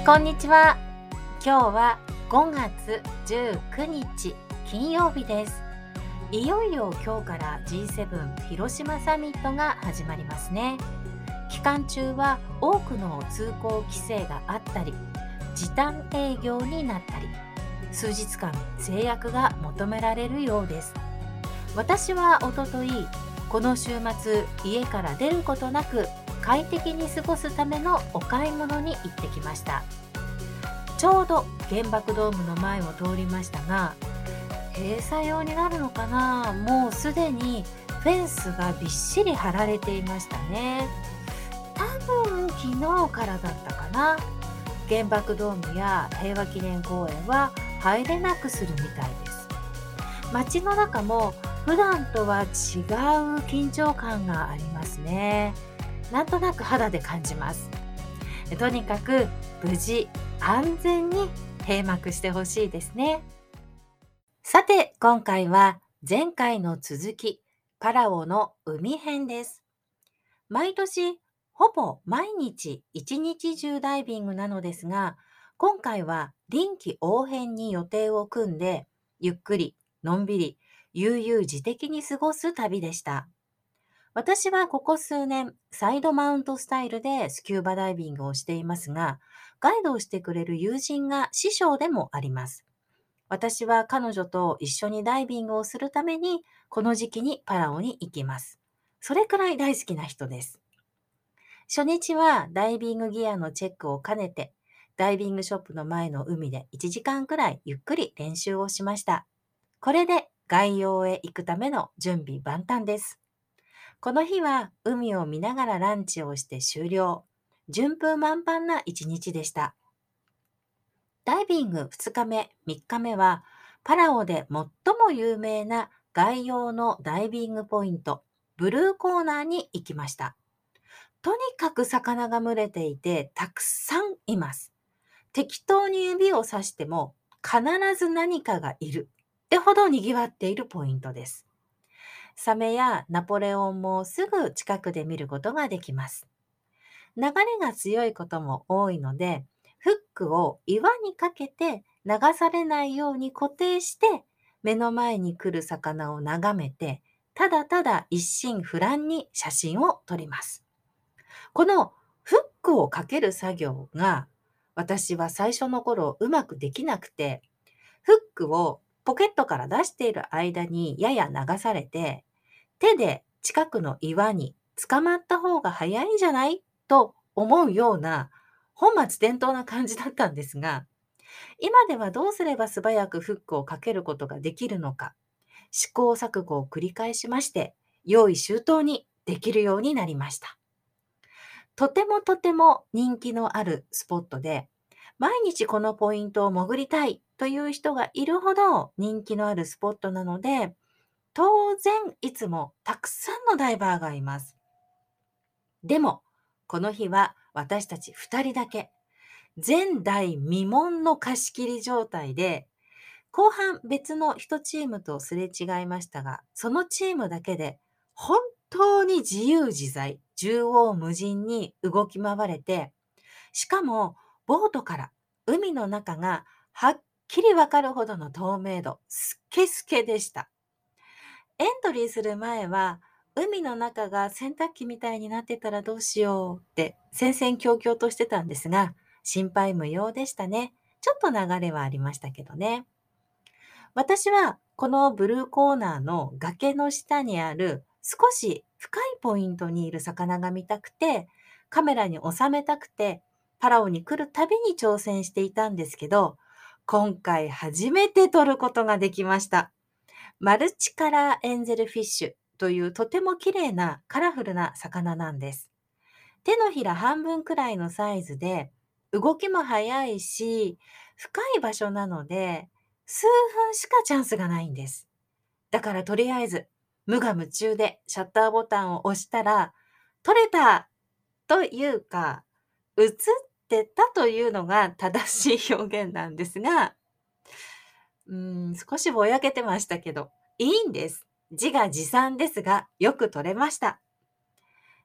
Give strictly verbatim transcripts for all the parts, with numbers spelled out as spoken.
こんにちは。今日はごがつじゅうくにち金曜日です。いよいよ今日から ジーセブン 広島サミットが始まりますね。期間中は多くの通行規制があったり、時短営業になったり、数日間制約が求められるようです。私はおととい、この週末家から出ることなく快適に過ごすためのお買い物に行ってきました。ちょうど原爆ドームの前を通りましたが、閉鎖用になるのかな、もうすでにフェンスがびっしり張られていましたね。多分昨日からだったかな。原爆ドームや平和記念公園は入れなくするみたいです。街の中も普段とは違う緊張感がありますね。なんとなく肌で感じます。とにかく無事安全に閉幕してほしいですね。さて、今回は前回の続き、パラオの海編です。毎年ほぼ毎日一日中ダイビングなのですが、今回は臨機応変に予定を組んで、ゆっくりのんびり悠々自適に過ごす旅でした。私はここ数年、サイドマウントスタイルでスキューバダイビングをしていますが、ガイドをしてくれる友人が師匠でもあります。私は彼女と一緒にダイビングをするために、この時期にパラオに行きます。それくらい大好きな人です。初日はダイビングギアのチェックを兼ねて、ダイビングショップの前の海でいちじかんくらいゆっくり練習をしました。これで外洋へ行くための準備万端です。この日は海を見ながらランチをして終了。順風満帆な一日でした。ダイビングふつかめ、みっかめはパラオで最も有名な外洋のダイビングポイント、ブルーコーナーに行きました。とにかく魚が群れていてたくさんいます。適当に指をさしても必ず何かがいるってほど賑わっているポイントです。サメやナポレオンもすぐ近くで見ることができます。流れが強いことも多いので、フックを岩にかけて流されないように固定して、目の前に来る魚を眺めて、ただただ一心不乱に写真を撮ります。このフックをかける作業が、私は最初の頃うまくできなくて、フックをポケットから出している間にやや流されて、手で近くの岩に捕まった方が早いんじゃないと思うような本末転倒な感じだったんですが、今ではどうすれば素早くフックをかけることができるのか、試行錯誤を繰り返しまして、用意周到にできるようになりました。とてもとても人気のあるスポットで、毎日このポイントを潜りたいという人がいるほど人気のあるスポットなので、当然いつもたくさんのダイバーがいます。でも、この日は私たちふたりだけ、前代未聞の貸し切り状態で、後半別のいちチームとすれ違いましたが、そのチームだけで本当に自由自在、縦横無尽に動き回れて、しかもボートから海の中がはっきりわかるほどの透明度、スケスケでした。エントリーする前は、海の中が洗濯機みたいになってたらどうしようって戦々恐々としてたんですが、心配無用でしたね。ちょっと流れはありましたけどね。私はこのブルーコーナーの崖の下にある少し深いポイントにいる魚が見たくて、カメラに収めたくて、パラオに来るたびに挑戦していたんですけど、今回初めて撮ることができました。マルチカラーエンゼルフィッシュというとても綺麗なカラフルな魚なんです。手のひら半分くらいのサイズで、動きも速いし、深い場所なので、数分しかチャンスがないんです。だからとりあえず、無我夢中でシャッターボタンを押したら、撮れたというか、映ってたというのが正しい表現なんですが、うーん、少しぼやけてましたけど、いいんです。自画自賛ですが、よく撮れました。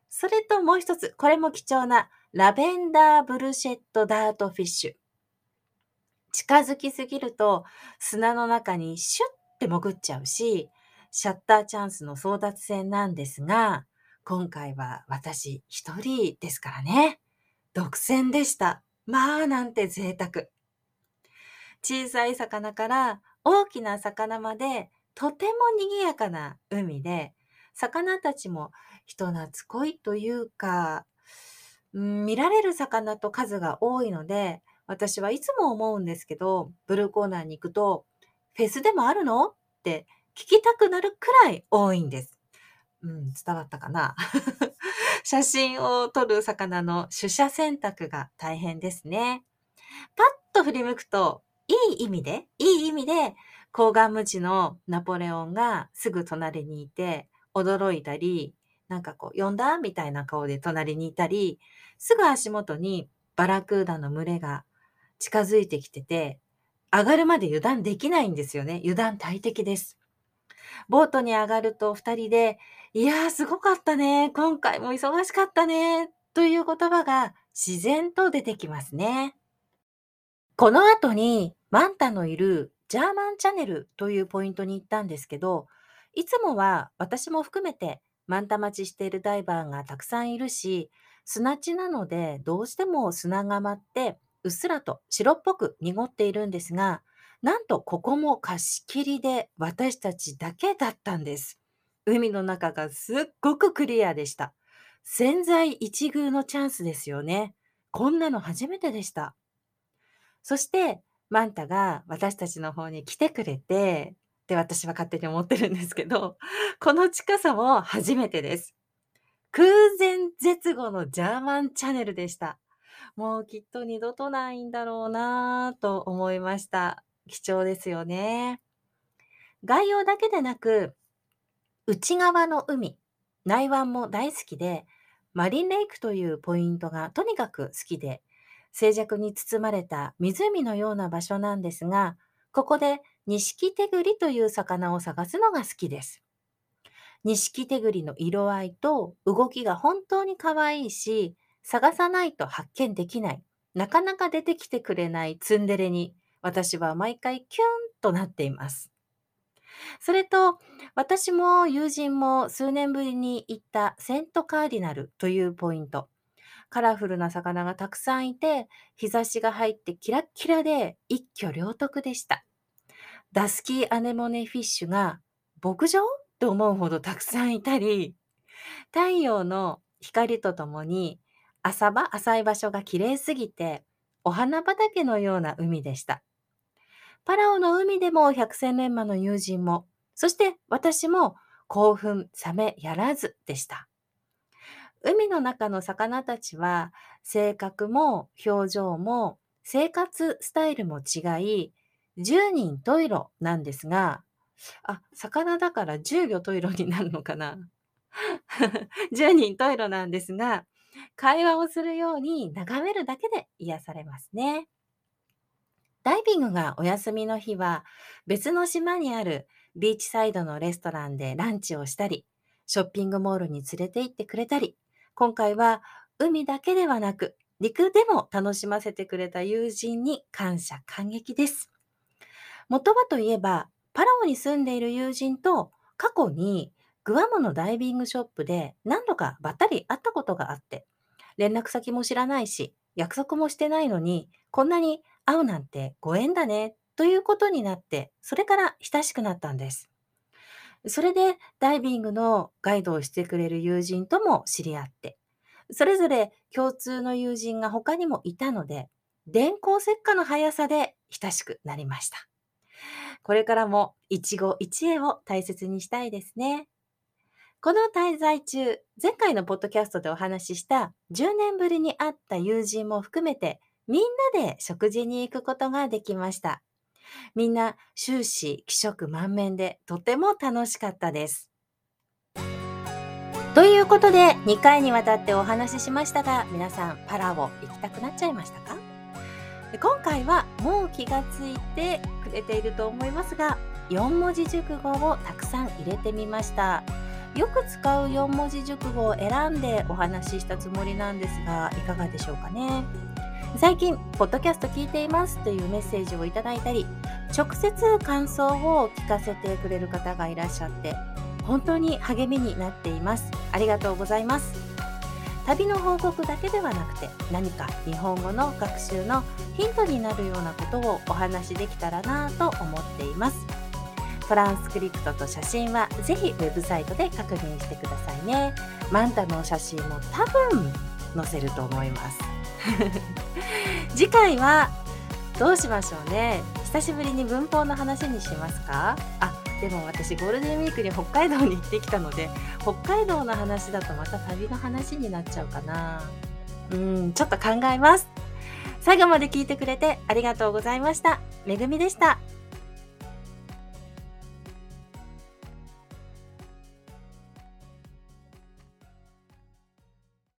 それともう一つ、これも貴重なラベンダーブルシェットダートフィッシュ。近づきすぎると砂の中にシュッて潜っちゃうし、シャッターチャンスの争奪戦なんですが、今回は私一人ですからね。独占でした。まあなんて贅沢。小さい魚から大きな魚までとても賑やかな海で、魚たちも人懐っこいというか、うん、見られる魚と数が多いので、私はいつも思うんですけど、ブルーコーナーに行くと、フェスでもあるのって聞きたくなるくらい多いんです。うん、伝わったかな。写真を撮る魚の取捨選択が大変ですね。パッと振り向くと、いい意味で、いい意味で、高顔無知のナポレオンがすぐ隣にいて、驚いたり、なんかこう、呼んだみたいな顔で隣にいたり、すぐ足元にバラクーダの群れが近づいてきてて、上がるまで油断できないんですよね。油断大敵です。ボートに上がると二人で、いやーすごかったね。今回も忙しかったね。という言葉が自然と出てきますね。この後にマンタのいるジャーマンチャネルというポイントに行ったんですけど、いつもは私も含めてマンタ待ちしているダイバーがたくさんいるし、砂地なのでどうしても砂が舞ってうっすらと白っぽく濁っているんですが、なんとここも貸し切りで私たちだけだったんです。海の中がすっごくクリアでした。千載一遇のチャンスですよね。こんなの初めてでした。そして、マンタが私たちの方に来てくれて、で、私は勝手に思ってるんですけど、この近さも初めてです。空前絶後のジャーマンチャネルでした。もうきっと二度とないんだろうなぁと思いました。貴重ですよね。概要だけでなく、内側の海、内湾も大好きで、マリンレイクというポイントがとにかく好きで、静寂に包まれた湖のような場所なんですが、ここでニシキテグリという魚を探すのが好きです。ニシキテグリの色合いと動きが本当に可愛いし、探さないと発見できない、なかなか出てきてくれないツンデレに、私は毎回キュンとなっています。それと、私も友人も数年ぶりに行ったセントカーディナルというポイント。カラフルな魚がたくさんいて、日差しが入ってキラッキラで一挙両得でした。ダスキーアネモネフィッシュが牧場と思うほどたくさんいたり、太陽の光とともに浅場、浅い場所が綺麗すぎて、お花畑のような海でした。パラオの海でも百戦錬磨の友人も、そして私も興奮冷めやらずでした。海の中の魚たちは性格も表情も生活スタイルも違い、十人十色なんですが、あ、魚だから十魚十色になるのかな。十人十色なんですが、会話をするように眺めるだけで癒されますね。ダイビングがお休みの日は、別の島にあるビーチサイドのレストランでランチをしたり、ショッピングモールに連れて行ってくれたり、今回は海だけではなく、陸でも楽しませてくれた友人に感謝感激です。元はといえば、パラオに住んでいる友人と過去にグアムのダイビングショップで何度かばったり会ったことがあって、連絡先も知らないし、約束もしてないのに、こんなに会うなんてご縁だね、ということになって、それから親しくなったんです。それでダイビングのガイドをしてくれる友人とも知り合って、それぞれ共通の友人が他にもいたので、電光石火の速さで親しくなりました。これからも一期一会を大切にしたいですね。この滞在中、前回のポッドキャストでお話ししたじゅうねんぶりに会った友人も含めて、みんなで食事に行くことができました。みんな終始気色満面でとても楽しかったです。ということでにかいにわたってお話ししましたが、皆さんパラオ行きたくなっちゃいましたか？今回はもう気がついてくれていると思いますが、よん文字熟語をたくさん入れてみました。 よく使うよん文字熟語を選んでお話ししたつもりなんですが、いかがでしょうかね。最近ポッドキャスト聞いていますというメッセージをいただいたり、直接感想を聞かせてくれる方がいらっしゃって、本当に励みになっています。ありがとうございます。旅の報告だけではなくて、何か日本語の学習のヒントになるようなことをお話しできたらなと思っています。トランスクリプトと写真はぜひウェブサイトで確認してくださいね。マンタの写真も多分載せると思います次回はどうしましょうね。久しぶりに文法の話にしますか？あ、でも私ゴールデンウィークに北海道に行ってきたので、北海道の話だとまた旅の話になっちゃうかな。うーん、ちょっと考えます。最後まで聞いてくれてありがとうございました。めぐみでした。